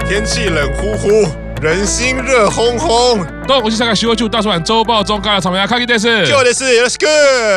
天气冷乎乎，人心热烘烘。 どうも、我是上海徐汇处大出版周报中高的草莓亚卡基です。 今日です。よろしく。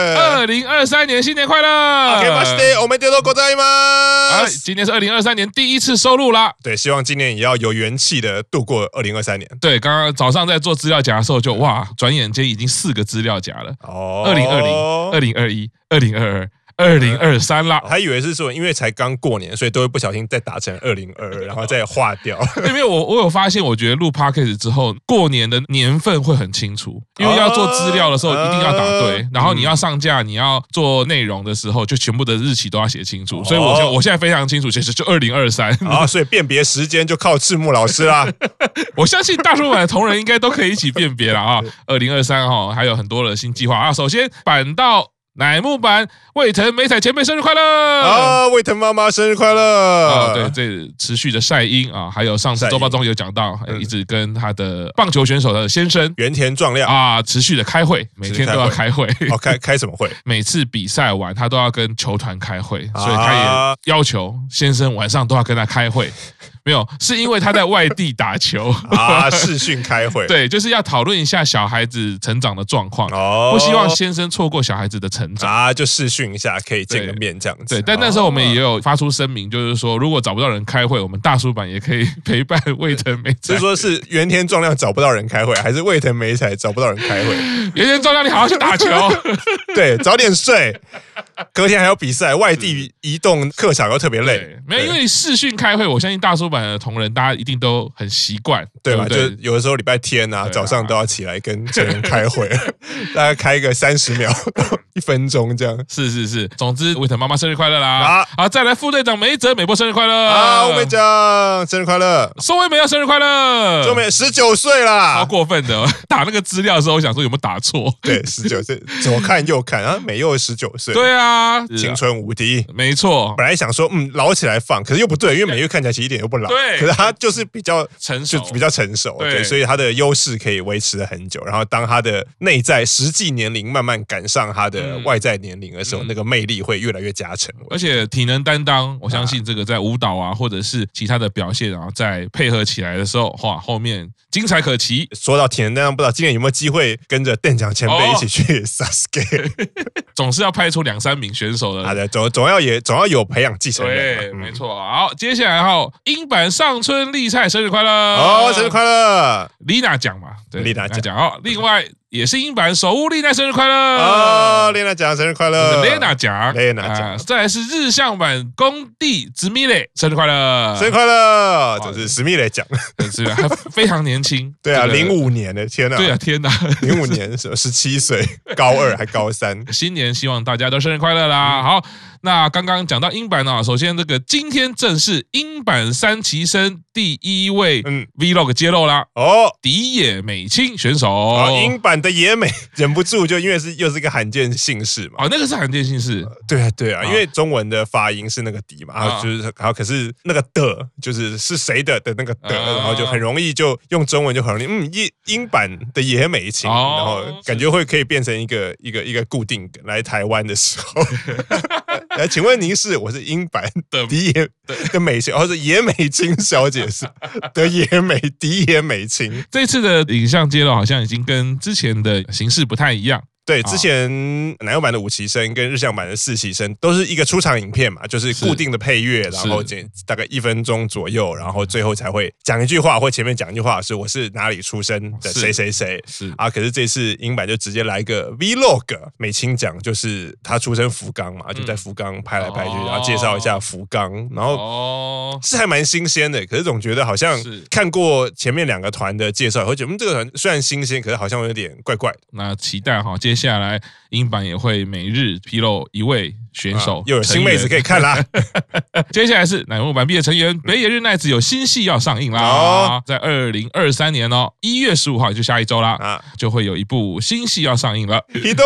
2023年新年快乐！ 明けましておめでとうございます。 今年是2023年第一次收录啦。 对，希望今年也要有元气的度过2023年。 对，刚刚早上在做资料夹的时候就哇，转眼间已经4个资料夹了。2020、2021、2022。2023啦， 还以为是说因为才刚过年，所以都会不小心再打成2022，然后再划掉。 因为我有发现，我觉得录 podcast 之后，过年的年份会很清楚，因为要做资料的时候一定要打对，然后你要上架、你要做内容的时候，就全部的日期都要写清楚。所以我现在非常清楚，其实就2023 啊，所以辨别时间就靠赤木老师啦。 我相信大出版的同仁应该都可以一起辨别了啊。2023哈，还有很多的新计划啊。首先版到乃木坂卫藤美彩前辈生日快乐啊！卫藤妈妈生日快乐啊！对，这持续的晒音啊，还有上次周报中有讲到，一直跟他的棒球选手的先生原田壮亮啊，持续的开会，每天都要开会。 哦，开什么会？ 每次比赛完，他都要跟球团开会，所以他也要求先生晚上都要跟他开会。没有，是因为他在外地打球啊，视讯开会。 对，就是要讨论一下小孩子成长的状况，不希望先生错过小孩子的成长啊，就视讯一下，可以见个面这样子。 对，但那时候我们也有发出声明，就是说如果找不到人开会，我们大叔版也可以陪伴卫藤美彩。 就是说是原田壮亮找不到人开会，还是卫藤美彩找不到人开会？ 原田壮亮，你好好去打球， 对，早点睡，隔天还有比赛，外地移动客场又特别累。 没有，因为视讯开会，我相信大叔版的同仁大家一定都很习惯， 对吧？就有的时候礼拜天啊，早上都要起来跟成员开会，大概开个30秒到1分钟这样。 是，总之卫藤妈妈生日快乐啦！好，再来副队长梅泽美波生日快乐啊！吴美奖生日快乐， 宋惠美要生日快乐， 宋惠美19岁啦， 超过分的！打那个资料的时候，我想说有没有打错？ 对，19岁，左看右看啊，美又19岁， 对啊， 青春无敌， 没错。 本来想说老起来放，可是又不对，因为美又看起来其实一点又不老， 对， 可是他就是比较成熟， 就比较成熟，对，所以他的优势可以维持了很久。然后当他的内在实际年龄慢慢赶上他的外在年龄的时候，那个魅力会越来越加成。 而且体能担当，我相信这个在舞蹈啊，或者是其他的表现啊，在配合起来的时候，哇，后面精彩可期。 说到体能担当，不知道今年有没有机会跟着店长前辈一起去 Sasuke， 总是要派出2-3名选手的。 好的，总要有培养继承人。 对，没错。好，接下来英版上村丽菜生日快乐哦，生日快乐！ 丽娜奖嘛，对， 丽娜奖哦。另外也是英版首屋丽奈生日快乐哦，丽娜奖生日快乐， 丽娜奖，再来是日向版工地直米蕾生日快乐， 生日快乐！这是史密蕾奖， 是他非常年轻， 对啊，05年的天哪， 对啊，天哪 ，05年17岁，高2还高3， 新年希望大家都生日快乐啦！好。那刚刚讲到英版啊，首先这个今天正是英版3期生第1位 Vlog 揭露啦哦，荻野美清选手， 英版的野美忍不住就因为又是一个罕见姓氏嘛， 那个是罕见姓氏， 对啊，因为中文的发音是那个荻嘛，就是可是那个的就是谁的那个的，然后就很容易就用中文就很容易英版的野美清，然后感觉可以变成一个固定梗，来台湾的时候。请问您是？我是英版的荻野的美清，或者野美清小姐是的荻野美清。 这次的影像揭露好像已经跟之前的形式不太一样。 对，之前乃木坂的5期生跟日向坂的4期生都是一个出场影片嘛，就是固定的配乐，然后大概1分钟左右，然后最后才会讲一句话，或前面讲一句话是我是哪里出生的谁谁谁，是啊。可是这次英版就直接来一个 Vlog， 美清讲就是他出生福冈嘛，就在福冈拍来拍去，然后介绍一下福冈，然后是还蛮新鲜的。可是总觉得好像看过前面2个团的介绍，会觉得这个团虽然新鲜，可是好像有点怪怪的。 那期待接下来英版也会每日披露1位选手， 又有新妹子可以看啦。 接下来是乃木坂毕业成员北野日奈子有新戏要上映啦，在2023年1月15号就下一周啦，就会有一部新戏要上映了。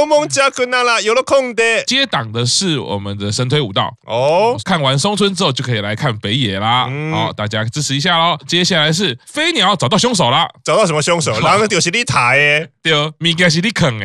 接档的是我们的神推武道看完松村之后就可以来看北野啦，大家支持一下咯。接下来是飞鸟找到凶手啦， 找到什么凶手？人就是你杀的， 对，物件是你坑的啊，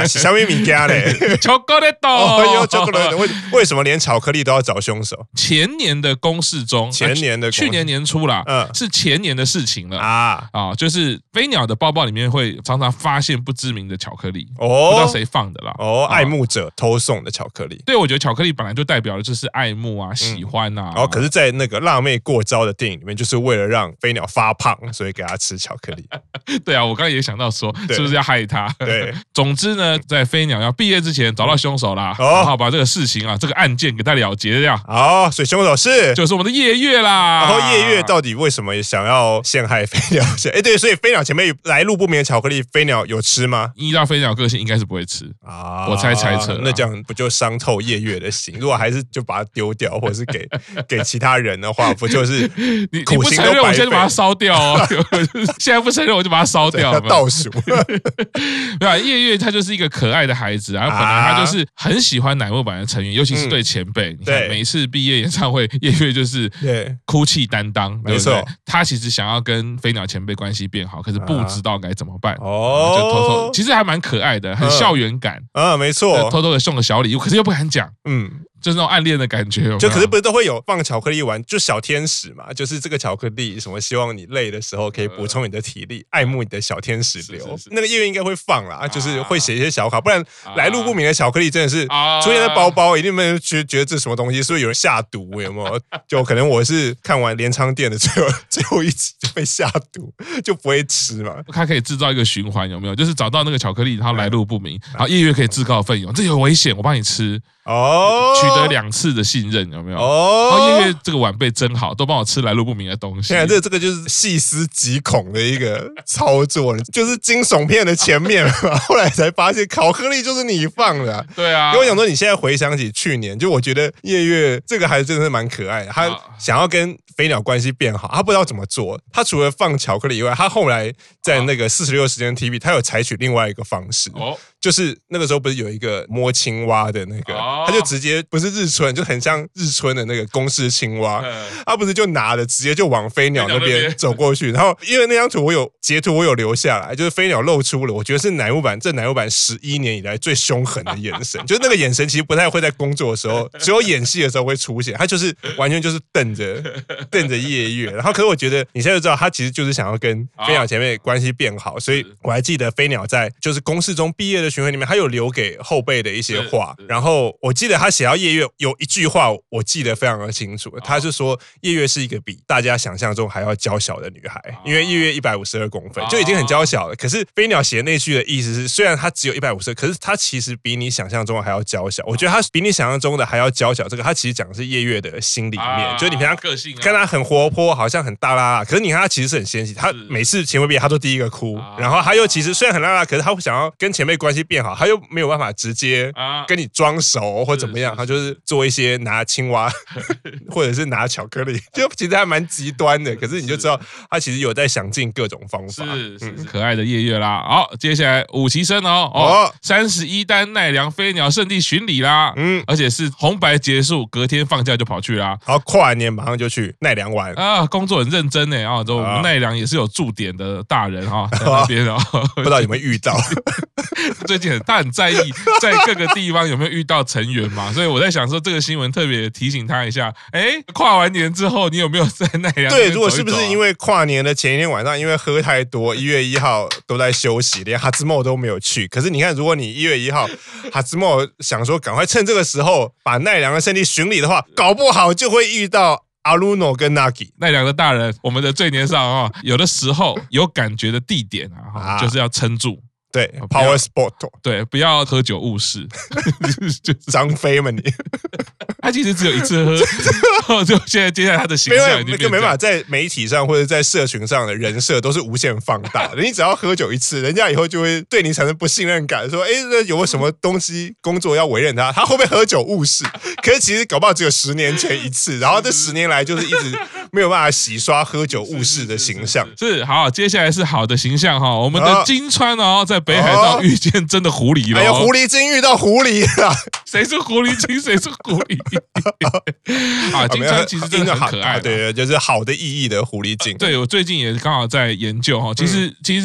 小米米家嘞， 巧克力哦，有巧克力，为什么连巧克力都要找凶手？ 前年的公示中，去年年初啦，是前年的事情了就是飞鸟的包包里面会常常发现不知名的巧克力，不知道谁放的啦。 爱慕者偷送的巧克力。 对，我觉得巧克力本来就代表的就是爱慕啊、喜欢啊。 可是，在那个辣妹过招的电影里面，就是为了让飞鸟发胖，所以给他吃巧克力。 对啊，我刚刚也想到说，是不是要害他？ 对， 总之呢，在飞鸟要毕业之前找到凶手啦，然后把这个事情这个案件给他了结掉。 所以凶手就是我们的夜月啦。 然后夜月到底为什么想要陷害飞鸟？对，所以飞鸟前面来路不明的巧克力，飞鸟有吃吗？ 依照飞鸟个性，应该是不会吃我猜测。 那这样不就伤透夜月的心？如果还是就把它丢掉，或者是给其他人的话，不就是你不承认，我现在就把它烧掉哦。现在不承认，我就把它烧掉。 倒数。 对啊，夜月他就是一个可爱的孩子本来他就是很喜欢乃木坂的成员，尤其是对前辈。你看每一次毕业演唱会，夜月就是哭泣担当，没错。他其实想要跟飞鸟前辈关系变好，可是不知道该怎么办就偷偷，其实还蛮可爱的，很校园感没错， 偷偷的送个小礼物，可是又不敢讲。就是那种暗恋的感觉， 就可是不是都会有放巧克力丸，就小天使嘛，就是这个巧克力什么，希望你累的时候可以补充你的体力，爱慕你的小天使流。那个夜月应该会放啦，就是会写一些小卡，不然来路不明的巧克力真的是出现在包包，一定没有觉得这是什么东西，是不是有人下毒？有没有？就可能我是看完镰仓店的最后一集就被下毒，就不会吃嘛。 它可以制造一个循环，有没有？就是找到那个巧克力，然后来路不明，然后夜月可以自告奋勇，这有危险，我帮你吃。取得2次的信任，有没有？然后夜月这个晚辈真好，都帮我吃来路不明的东西。 这个就是细思极恐的一个操作，就是惊悚片的前面嘛。后来才发现巧克力就是你放的。 对啊， 因为我想说，你现在回想起去年，就我觉得夜月这个孩子真的是蛮可爱的。他想要跟飞鸟关系变好，他不知道怎么做。他除了放巧克力以外，他后来在那个46时间 TV， 他有采取另外一个方式。就是那个时候不是有一个摸青蛙的那个，他就直接不是日春，就很像日春的那个公式青蛙，他不是就拿着直接就往飞鸟那边走过去，然后因为那张图我有截图，我有留下来，就是飞鸟露出了我觉得是乃木坂11年以来最凶狠的眼神，就是那个眼神其实不太会在工作的时候，只有演戏的时候会出现，他就是完全就是瞪着夜月，然后可是我觉得你现在就知道他其实就是想要跟飞鸟前辈关系变好，所以我还记得飞鸟在就是公示中毕业的巡回里面，他有留给后辈的一些话，然后我记得他写到夜月有一句话，我记得非常的清楚，他是说夜月是一个比大家想象中还要娇小的女孩，因为夜月152公分就已经很娇小了，可是飞鸟写那句的意思是，虽然他只有152，可是他其实比你想象中的还要娇小。我觉得他比你想象中的还要娇小，这个他其实讲的是夜月的心里面，就是你平常个性看他很活泼，好像很大啦，可是你看他其实是很纤细，他每次前辈毕业他都第一个哭，然后他又其实虽然很辣，可是他会想要跟前辈关系变好，他又没有办法直接跟你装熟或怎么样，他就是做一些拿青蛙或者是拿巧克力，就其实还蛮极端的。可是你就知道他其实有在想尽各种方法， 是可爱的夜月啦。好，接下来武崎生31单奈良飞鸟圣地巡礼啦，而且是红白结束，隔天放假就跑去啦。 好，跨完年马上就去奈良玩啊，工作很认真呢啊，我们奈良也是有驻点的大人在那边不知道有没有遇到。 最近他很在意在各个地方有没有遇到成员嘛，所以我在想说这个新闻特别提醒他一下。跨完年之后你有没有在奈良？ 对，如果是不是因为跨年的前一天晚上因为喝太多，1月1号都在休息，连哈兹莫都没有去。可是你看，如果你1月1号哈兹莫想说赶快趁这个时候把奈良的圣地巡礼的话，搞不好就会遇到阿鲁诺跟 Nagi 奈良的大人，我们的最年少有的时候有感觉的地点就是要撑住。 对 ，Power Sport， 对，不要喝酒误事， 就张飞嘛你。 他其实只有一次喝，就现在接下来他的形象已经没办法在媒体上或者在社群上的人设都是无限放大的。你只要喝酒一次，人家以后就会对你产生不信任感，说有没有什么东西工作要委任他会不会喝酒误事？可是其实搞不好只有10年前一次，然后这10年来就是一直没有办法洗刷喝酒误事的形象。 是好，接下来是好的形象我们的金川在北海道遇见真的狐狸了。 哎呀，狐狸精遇到狐狸了， 谁是狐狸精？谁是狐狸？金川其实真的很可爱， 对，就是好的意义的狐狸精。 对，我最近也刚好在研究其实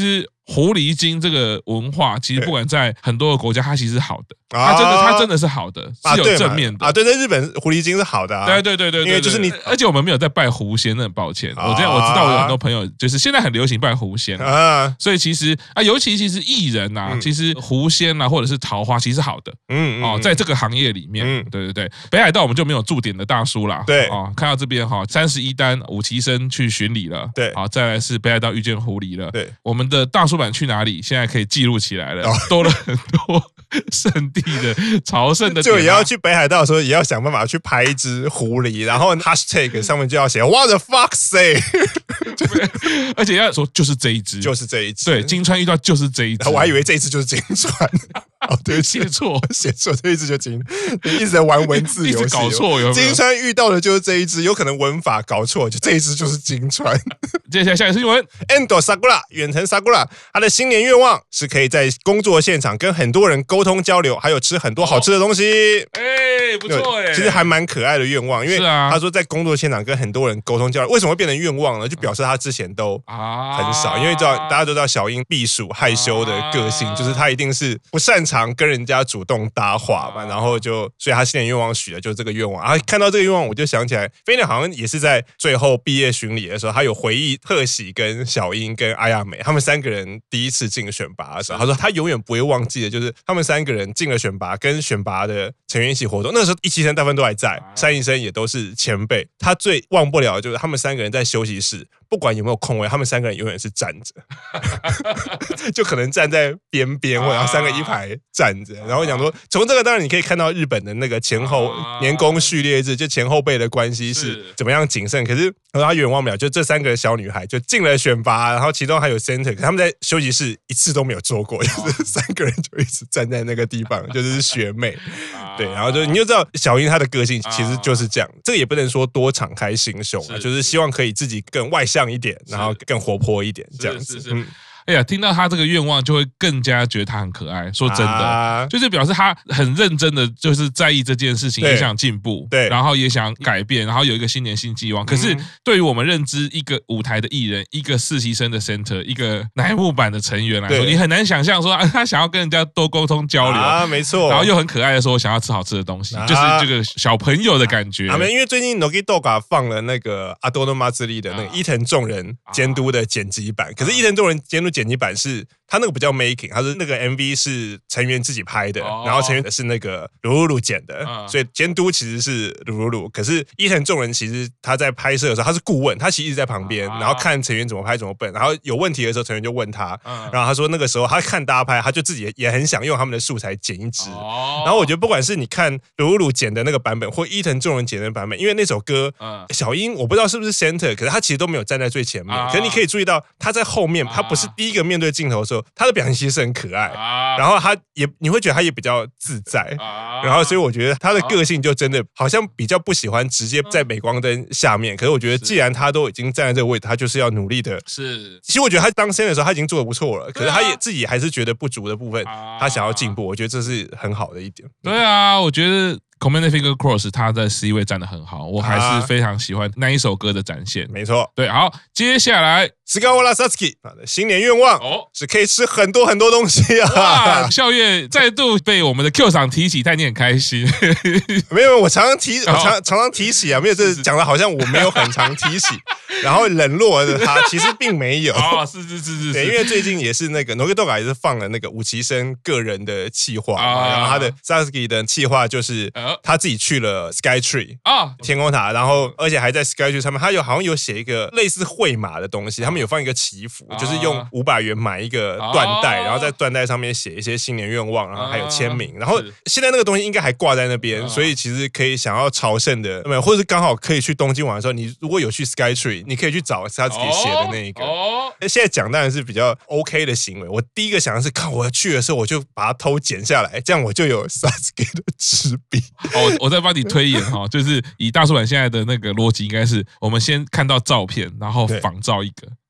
狐狸精这个文化，其实不管在很多的国家，它其实是好的，它真的是好的，是有正面的啊。对，在日本狐狸精是好的啊。 对， 因为就是你， 而且我们没有在拜狐仙，那很抱歉。我知道我有很多朋友就是现在很流行拜狐仙啊，所以其实尤其艺人呐，其实狐仙啊或者是桃花其实是好的，在这个行业里面，对，北海道我们就没有驻点的大叔啦， 对看到这边31单武崎生去巡礼了， 对， 再来是北海道遇见狐狸了， 对， 我们的大叔版去哪里？现在可以记录起来了，多了很多圣地的朝圣的， 就也要去北海道的时候，也要想办法去拍一只狐狸，然后 hashtag 上面就要写 What the fuck say， 而且要说就是这一只，对，金川遇到就是这一只， 我还以为这一只就是金川。对， 写错， 这一只就金，一直在玩文字游戏， 一直搞错。有金川遇到的就是这一只，有可能文法搞错，就这一只就是金川。 接下来下一个新闻 ，Endo Sakura 远程 Sakura， 他的新年愿望是可以在工作现场跟很多人沟通交流，还有吃很多好吃的东西。 不错其实还蛮可爱的愿望，因为他说在工作现场跟很多人沟通交流，为什么会变成愿望呢？就表示他之前都很少，因为大家都知道小樱避暑害羞的个性，就是他一定是不擅长跟人家主动搭话嘛，然后所以他新年愿望许的就是这个愿望啊。看到这个愿望，我就想起来，飞鸟好像也是在最后毕业巡礼的时候，他有回忆贺喜跟小樱跟阿亚美他们3个人第一次进选拔的时候，他说他永远不会忘记的，就是他们3个人进了选拔，跟选拔的成员一起活动。那个时候1期生大部分都还在，3期生也都是前辈。他最忘不了的就是他们3个人在休息室，不管有没有空位，他们3个人永远是站着，就可能站在边边，或者3个一排站着。然后讲说，从这个当然你可以看到日本的那个前后年功序列制，就前后辈的关系是怎么样谨慎。可是他永远忘不了，就这3个小女孩就进了选拔，然后其中还有 center， 可他们在休息室一次都没有做过，就是3个人就一直站在那个地方，就是学妹。对，然后你就知道小樱她的个性其实就是这样。这个也不能说多敞开心胸啊，就是希望可以自己更外向一点，然后更活泼一点，这样子。 哎呀，听到他这个愿望，就会更加觉得他很可爱。说真的，就是表示他很认真的，就是在意这件事情，也想进步， 对， 然后也想改变，然后有一个新年新希望。可是对于我们认知一个舞台的艺人，一个实习生的 center， 一个乃木坂的成员来说，你很难想象说他想要跟人家多沟通交流啊，没错， 然后又很可爱的说想要吃好吃的东西，就是这个小朋友的感觉。 因为最近 Nogi Doga 放了那个阿多诺马兹利的那个伊藤众人监督的剪辑版，可是伊藤众人监督剪辑版是他那个不叫 making， 他是那个 MV 是成员自己拍的，然后成员是那个鲁鲁剪的，所以监督其实是鲁鲁。可是伊藤众人其实他在拍摄的时候他是顾问，他其实一直在旁边，然后看成员怎么拍怎么笨，然后有问题的时候成员就问他，然后他说那个时候他看大家拍，他就自己也很想用他们的素材剪一支。然后我觉得不管是你看鲁鲁剪的那个版本，或伊藤众人剪的版本，因为那首歌小樱我不知道是不是 center， 可是他其实都没有站在最前面，可是你可以注意到他在后面，他不是第一个面对镜头的时候，他的表现其实很可爱，然后他也你会觉得他也比较自在，然后所以我觉得他的个性就真的好像比较不喜欢直接在镁光灯下面，可是我觉得既然他都已经站在这个位置，他就是要努力的。 是， 其实我觉得他当 center 的时候他已经做得不错了，可是他也自己还是觉得不足的部分，他想要进步，我觉得这是很好的一点。 对啊，我觉得Command Figure Cross 他在C 位站得很好，我还是非常喜欢那一首歌的展现。 没错， 对，好，接下来 Sugawara Satsuki 的新年愿望是可以吃很多很多东西啊！ 笑月再度被我们的 Q 厂提起，但你很开心。 没有，我常常提起啊，没有，这讲的好像我没有很常提起，然后冷落的他，其实并没有。 是， 对，因为最近也是那个 Nogi Doga 也是放了那个武崎生个人的企划嘛，然后他的 Satsuki 的企划就是他自己去了 Sky Tree 天空塔，然后而且还在 Sky Tree 上面，他好像有写一个类似绘马的东西，他们有放一个祈福，就是用500元买一个缎带，然后在缎带上面写一些新年愿望，然后还有签名，然后现在那个东西应该还挂在那边，所以其实可以想要朝圣的，或者是刚好可以去东京玩的时候，你如果有去 Sky Tree， 你可以去找 Satsuki 写的那一个。现在讲当然是比较 OK 的行为，我第一个想的是，看我去的时候我就把它偷剪下来，这样我就有 Satsuki 的纸笔。 我再帮你推演哈，就是以大叔版现在的那个逻辑，应该是我们先看到照片，然后仿照一个。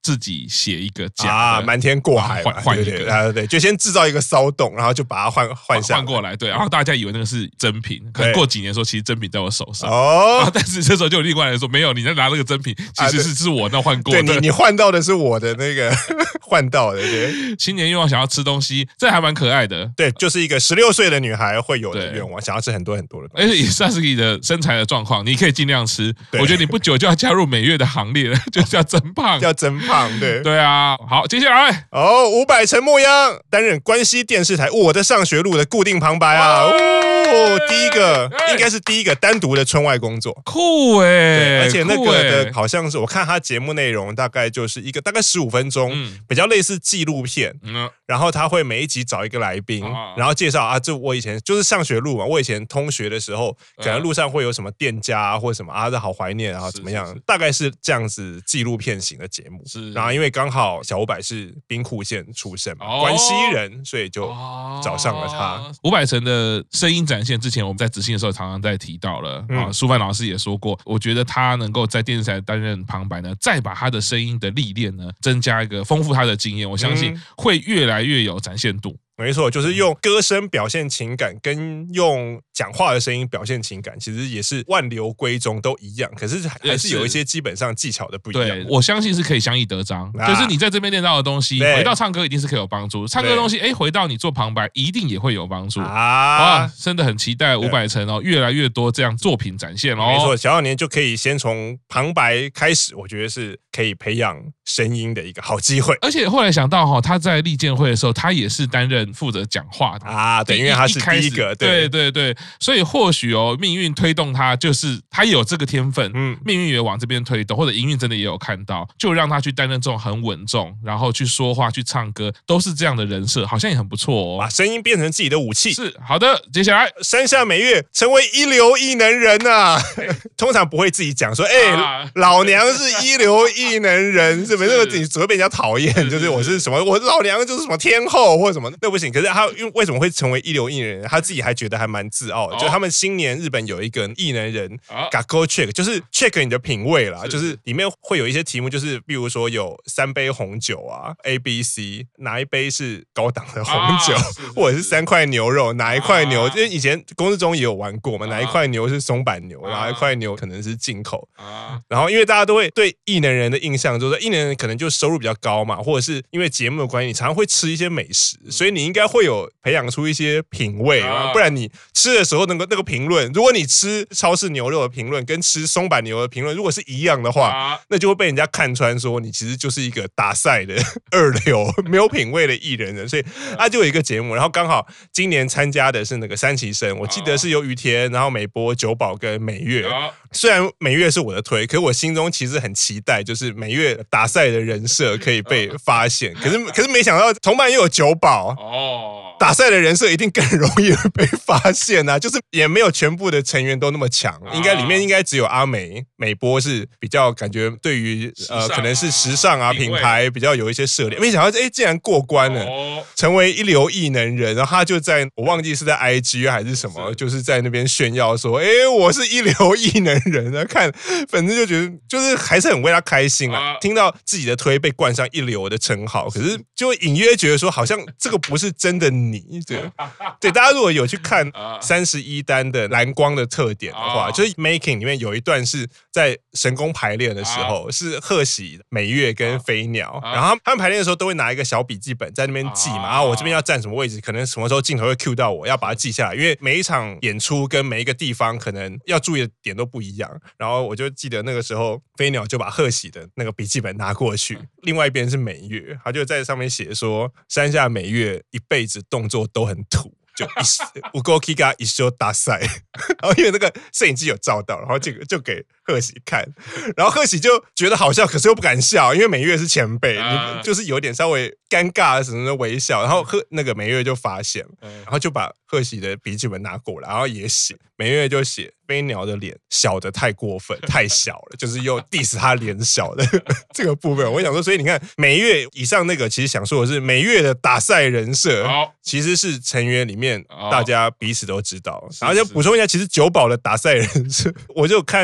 自己写一个假的瞒天过海换一个， 对，就先制造一个骚动，然后就把它换过来，对，然后大家以为那个是真品，可能过几年说其实真品在我手上，但是这时候就有另外人说没有，你在拿那个真品，其实是我那换过的， 对，你换到的是我的那个换到的，对。 新年愿望想要吃东西，这还蛮可爱的， 对，就是一个16岁的女孩会有的愿望，想要吃很多很多的东西， 而且以Sasuke的身材的状况，你可以尽量吃，我觉得你不久就要加入美月的行列了，就是要增胖，对啊，好，接下来伍佰陈牧央担任关西电视台我的上学路的固定旁白啊，第一个应该是第一个单独的春外工作， 酷欸， 而且那个的好像是我看他节目内容大概就是一个大概15分钟，比较类似纪录片，然后他会每一集找一个来宾，然后介绍这我以前就是上学路嘛，我以前通学的时候，可能路上会有什么店家或者什么这好怀念啊，怎么样，大概是这样子纪录片型的节目。然后因为刚好小伍佰是兵库县出身嘛，关西人，所以就找上了他。 伍佰成的声音展现，之前我们在执行的时候常常在提到了舒范老师也说过，我觉得他能够在电视台担任旁白呢，再把他的声音的历练呢，增加一个丰富他的经验，我相信会越来越有展现度。 没错，就是用歌声表现情感，跟用讲话的声音表现情感，其实也是万流归宗都一样，可是还是有一些基本上技巧的不一样。 对，我相信是可以相益得彰，就是你在这边练到的东西，回到唱歌一定是可以有帮助。唱歌的东西，回到你做旁白一定也会有帮助啊！真的很期待伍佰成越来越多这样作品展现哦。 没错，小年就可以先从旁白开始，我觉得是可以培养声音的一个好机会。 而且后来想到他在立建会的时候，他也是担任负责讲话的对，因为他是第一个， 对，所以或许命运推动他，就是他有这个天分，命运也往这边推动，或者营运真的也有看到，就让他去担任这种很稳重，然后去说话、去唱歌，都是这样的人设，好像也很不错把声音变成自己的武器。 是好的，接下来山下美月成为一流艺能人啊，通常不会自己讲说，老娘是一流艺能人，是不是？那个你只会被人家讨厌，就是我是什么，我老娘就是什么天后或者什么，那不行。可是他为什么会成为一流艺能人？他自己还觉得还蛮自傲的。就他们新年日本有一个艺能人 Gakko check， 就是 check 你的品味啦，就是里面会有一些题目，就是比如说有3杯红酒A、B、C， 哪一杯是高档的红酒，或者是3块牛肉，哪一块牛？因为以前公式中也有玩过嘛，哪一块牛是松板牛，哪一块牛可能是进口。然后因为大家都会对艺能人的印象就是艺能人可能就收入比较高嘛，或者是因为节目的关系，你常常会吃一些美食，所以你应该会有培养出一些品味，不然你吃的时候那个评论，如果你吃超市牛肉的评论跟吃松板牛的评论如果是一样的话，那就会被人家看穿说你其实就是一个打赛的二流没有品味的艺人，所以他就有一个节目，然后刚好今年参加的是那个三崎生，我记得是由于田，然后美波、久保跟美月。虽然美月是我的推，可是我心中其实很期待，就是美月打赛的人设可以被发现。可是没想到同伴又有久保打赛的人设一定更容易被发现啊！就是也没有全部的成员都那么强，里面应该只有阿美波是比较感觉对于可能是时尚品牌比较有一些涉猎。没想到竟然过关了，成为一流艺能人，然后他就在我忘记是在 IG 还是什么，就是在那边炫耀说，我是一流艺能人。看粉丝就觉得就是还是很为他开心啊，听到自己的推被冠上一流的称号，可是就隐约觉得说好像这个不是真的你。对，大家如果有去看31单的蓝光的特点的话，就是 Making 里面有一段是在神宫排练的时候，是贺喜、美月跟飞鸟，然后他们排练的时候都会拿一个小笔记本在那边记嘛，然后我这边要站什么位置，可能什么时候镜头会 cue 到我，要把它记下来，因为每一场演出跟每一个地方可能要注意的点都不一样。然后我就记得那个时候飞鸟就把贺喜的那个笔记本拿过去，另外一边是美月，他就在上面写说山下美月一辈子动作都很土，就五沟 Kiga 一休大赛，然后因为那个摄影机有照到，然后就给贺喜看，然后贺喜就觉得好笑，可是又不敢笑，因为美月是前辈，你就是有点稍微尴尬的什么的微笑，然后那个美月就发现，然后就把贺喜的笔记本拿过来，然后也写，美月就写飞鸟的脸小的太过分，太小了，就是又 diss 他脸小的这个部分。我想说，所以你看美月以上那个，其实想说的是美月的打赛人设，其实是成员里面大家彼此都知道。然后就补充一下，其实久保的打赛人设，我就看有一个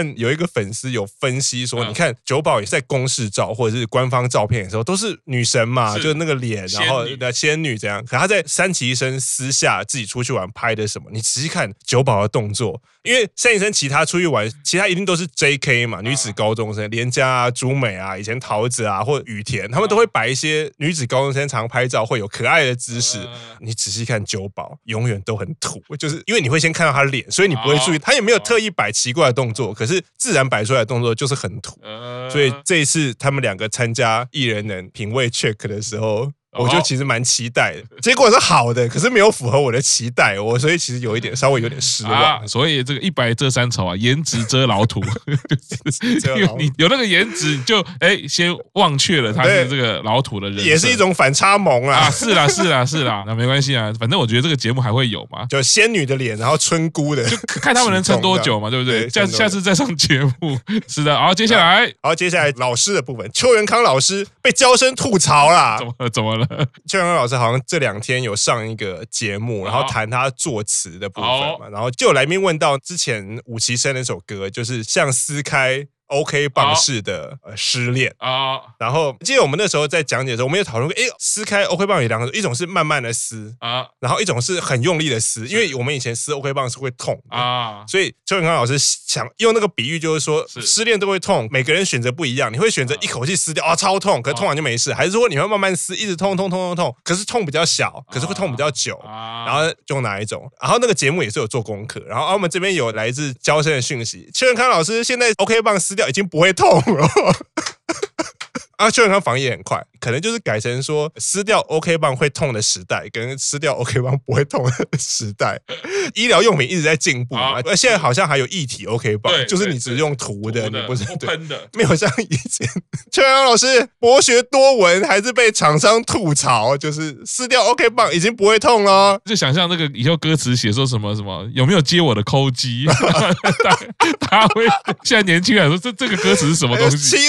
粉丝有分析说，你看九保也是在公示照或者是官方照片的时候都是女神嘛，就是那个脸，然后仙女这样。可他在山崎医生私下自己出去玩拍的什么？你仔细看九保的动作，因为山崎医生其他出去玩，其他一定都是 JK 嘛，女子高中生，连家啊、朱美啊、以前桃子啊或羽田，他们都会摆一些女子高中生常拍照会有可爱的姿势。你仔细看九保，永远都很土，就是因为你会先看到他脸，所以你不会注意，他也没有特意摆奇怪的动作，可是自然摆出来的动作就是很土。所以这一次他们两个参加艺人能品味 check 的时候，我就其实蛮期待的，结果是好的，可是没有符合我的期待，所以其实稍微有点失望。 所以这个一白遮三丑啊，颜值遮老土，因为你有那个颜值，你就先忘却了他是这个老土的人， 也是一种反差萌啊。 是啦，那没关系啊，反正我觉得这个节目还会有嘛， 就仙女的脸，然后村姑的， 就看他们能撑多久嘛，对不对？下次再上节目。是的，好，接下来老师的部分，邱元康老师被娇生吐槽啦， 怎么了？ 邱元康老师好像这2天有上一个节目，然后谈他作词的部分嘛，然后就有来宾问到之前武其生那首歌，就是像撕开OK 棒式的失恋啊，然后记得我们那时候在讲解的时候，我们有讨论过，撕开 OK 棒有2种，一种是慢慢的撕啊，然后一种是很用力的撕，因为我们以前撕 OK 棒是会痛啊，所以邱元康老师想用那个比喻，就是说失恋都会痛，每个人选择不一样，你会选择一口气撕掉啊，超痛，可是痛完就没事，还是说你会慢慢撕，一直痛，可是痛比较小，可是会痛比较久，然后就用哪一种？然后那个节目也是有做功课，然后我们这边有来自娇生的讯息，邱元康老师现在 OK 棒撕掉已经不会痛了。邱元康反应也很快，可能就是改成说撕掉 OK 棒会痛的时代，跟撕掉 OK 棒不会痛的时代。医疗用品一直在进步嘛，而现在好像还有液体 OK 棒，就是你只用涂的，你不是喷的， 没有像以前。邱元康老师博学多闻，还是被厂商吐槽，就是撕掉 OK 棒已经不会痛了。 就想象那个以后歌词写说什么有没有接我的抠机？他会现在年轻人说这个歌词是什么东西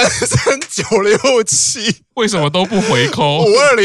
？7533967 为什么都不回扣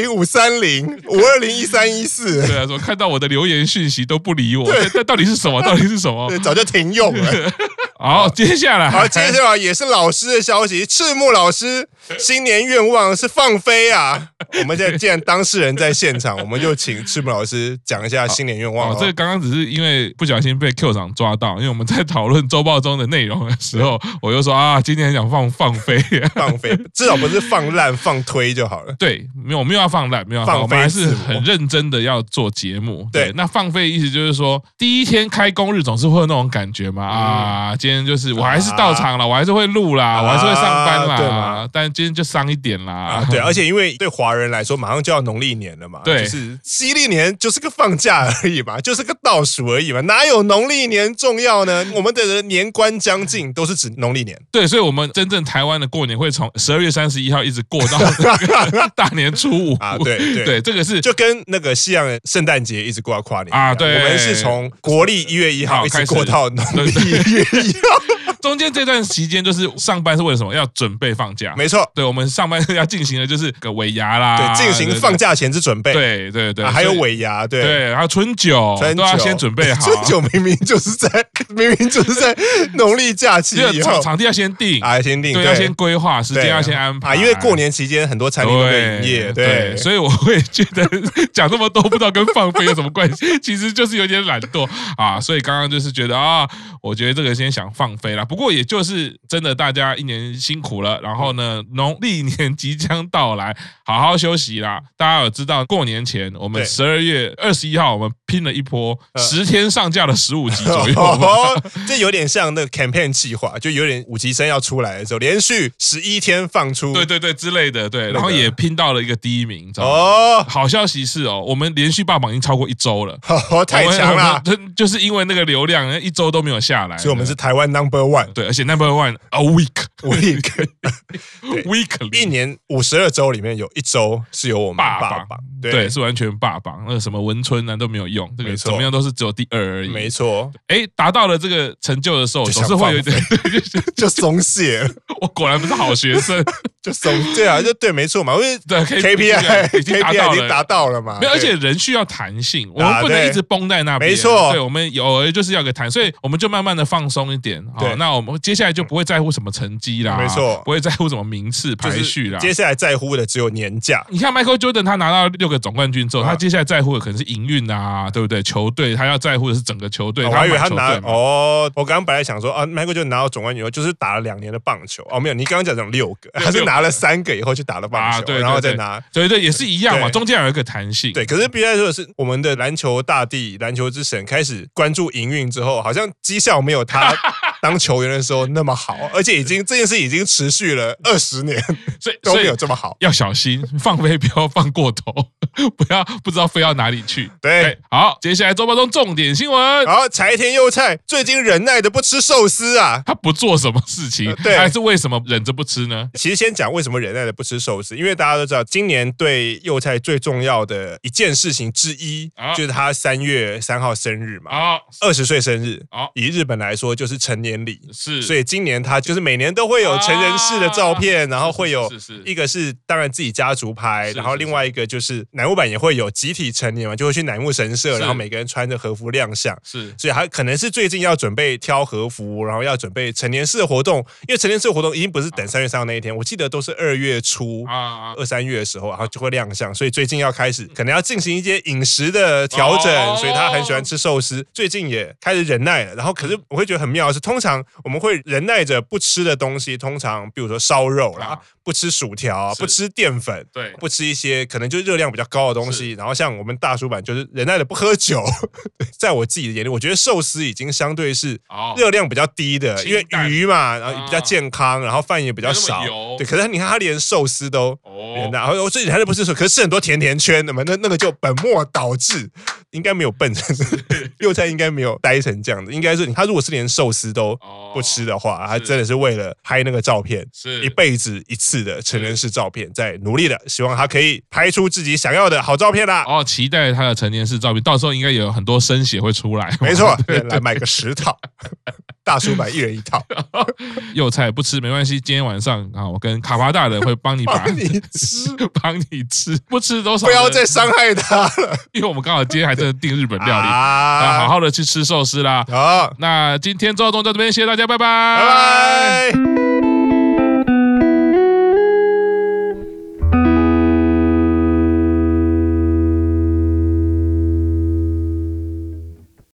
？520-530-520-1314。 对啊，说看到我的留言讯息都不理我，这到底是什么？ 对，早就停用了。 好，接下来也是老师的消息，赤木老师新年愿望是放飞啊。我们现在既然当事人在现场，我们就请赤木老师讲一下新年愿望。 这个刚刚只是因为不小心被 Q 长抓到，因为我们在讨论周报中的内容的时候，我就说今天想放飞， 至少不是放烂放推就好了。 对，我没有要放烂，没有要放，我们还是很认真的要做节目。对，那放飞的意思就是说，第一天开工日总是会有那种感觉嘛今天就是我还是到场了，我还是会录啦，我还是会上班啦，对嘛？但今天就伤一点啦。 对，而且因为对华人来说，马上就要农历年了嘛， 对， 就是西历年就是个放假而已嘛，就是个倒数而已嘛，哪有农历年重要呢？我们的年关将近都是指农历年。 对，所以我们真正台湾的过年会从12月31号一直过到大年初5 啊。对，这个是就跟那个西洋圣诞节一直过到跨年啊。对，我们是从国历1月1号一直过到农历1月1号。 中间这段期间就是上班是为了什么？要准备放假。 没错， 对，我们上班要进行的就是个尾牙啦， 对，进行放假前之准备。 对， 还有尾牙，对， 还有春酒都要先准备好。 春酒明明就是在农历假期以后， 场地要先定先定， 对，要先规划时间，要先安排因为过年期间很多餐厅都会营业，对， 所以我会觉得讲这么多不知道跟放飞有什么关系，其实就是有点懒惰所以刚刚就是觉得我觉得这个先想放飞啦。不过也就是真的大家一年辛苦了，然后呢农历年即将到来，好好休息啦。大家有知道过年前我们12月21号我们拼了一波10天上架了15集左右这有点像那个 campaign 计划，就有点武其生要出来的时候连续11天放出对之类的，对，然后也拼到了一个第1名，知道吗？好消息是我们连续霸榜已经超过1周了太强了， 就是因为那个流量1周都没有下来， 所以我们是台湾 No.1， 对，而且 No.1 a weekly 一年52周里面有1周是由我们霸榜， 对，是完全霸榜，那个什么文春都没有用，这个怎么样都是只有第2而已， 没错。 达到了这个成就的时候，总是会有一点就松懈了。 我果然不是好学生， 就松，对啊，就对，没错嘛，因为对 KPI 已经达到了嘛， 没有，而且人需要弹性，我们不能一直绷在那边， 没错， 对，我们偶尔就是要个弹，所以我们就慢慢的放松一点，好，那我们接下来就不会在乎什么成绩啦， 没错， 不会在乎什么名次排序啦， 接下来在乎的只有年假。 你看 Michael Jordan 他拿到6个总冠军之后，他接下来在乎的可能是营运啊，对不对？球队他要在乎的是整个球队， 我还以为他拿哦， 我刚刚本来想说啊 ，Michael Jordan 拿到总冠军以后就是打了2年的棒球哦，没有，你刚刚讲6个，他是拿了3个以后去打了棒球， 对， 然后再拿， 对，也是一样嘛，中间有一个弹性。 对，可是必须说的是，我们的篮球大帝、篮球之神开始关注营运之后，好像绩效没有他当球员的时候那么好，而且这件事已经持续了20年，所以都没有这么好， 要小心放飞不要放过头，不知道飞到哪里去。 对， 好，接下来周报中重点新闻。 好，柴田佑菜最近忍耐的不吃寿司啊， 他不做什么事情， 对， 还是为什么忍着不吃呢？ 其实先讲为什么忍耐的不吃寿司，因为大家都知道，今年对佑菜最重要的一件事情之一，就是他3月3号生日嘛，20岁生日，以日本来说就是成年礼， 是， 所以今年他就是每年都会有成人式的照片，然后会有一个是当然自己家族拍，然后另外一个就是乃木坂也会有集体成年嘛，就会去乃木神社，然后每个人穿着和服亮相， 是， 所以他可能是最近要准备挑和服，然后要准备成年式的活动，因为成年式的活动已经不是等3月3号那一天，我记得都是2月初2、3月的时候，然后就会亮相，所以最近要开始可能要进行一些饮食的调整，所以他很喜欢吃寿司，最近也开始忍耐了。然后可是我会觉得很妙的是，通常我们会忍耐着不吃的东西，通常比如说烧肉啦，不吃薯条，不吃淀粉， 对， 不吃一些可能就热量比较高的东西。然后像我们大叔版就是忍耐的不喝酒。在我自己的眼里，我觉得寿司已经相对是热量比较低的，因为鱼嘛，然后比较健康，然后饭也比较少。对，可是你看他连寿司都忍耐，然后所以他就不是说，可是吃很多甜甜圈，那么那个就本末倒置，应该没有笨成佑菜应该没有呆成这样子，应该是他如果是连寿司都不吃的话，他真的是为了拍那个照片，一辈子一次的成人式照片，在努力的，希望他可以拍出自己想要的好照片啦。 期待他的成年式照片，到时候应该有很多生血会出来。 没错，来买个10套，大叔版1人1套。 佑菜不吃没关系，今天晚上啊，我跟卡巴大人会帮你帮你吃， 不吃多少？ 不要再伤害他了， 因为我们刚好今天还真的订日本料理好好的去吃寿司啦。好，那今天周报中到这边，谢谢大家，拜拜， 拜拜。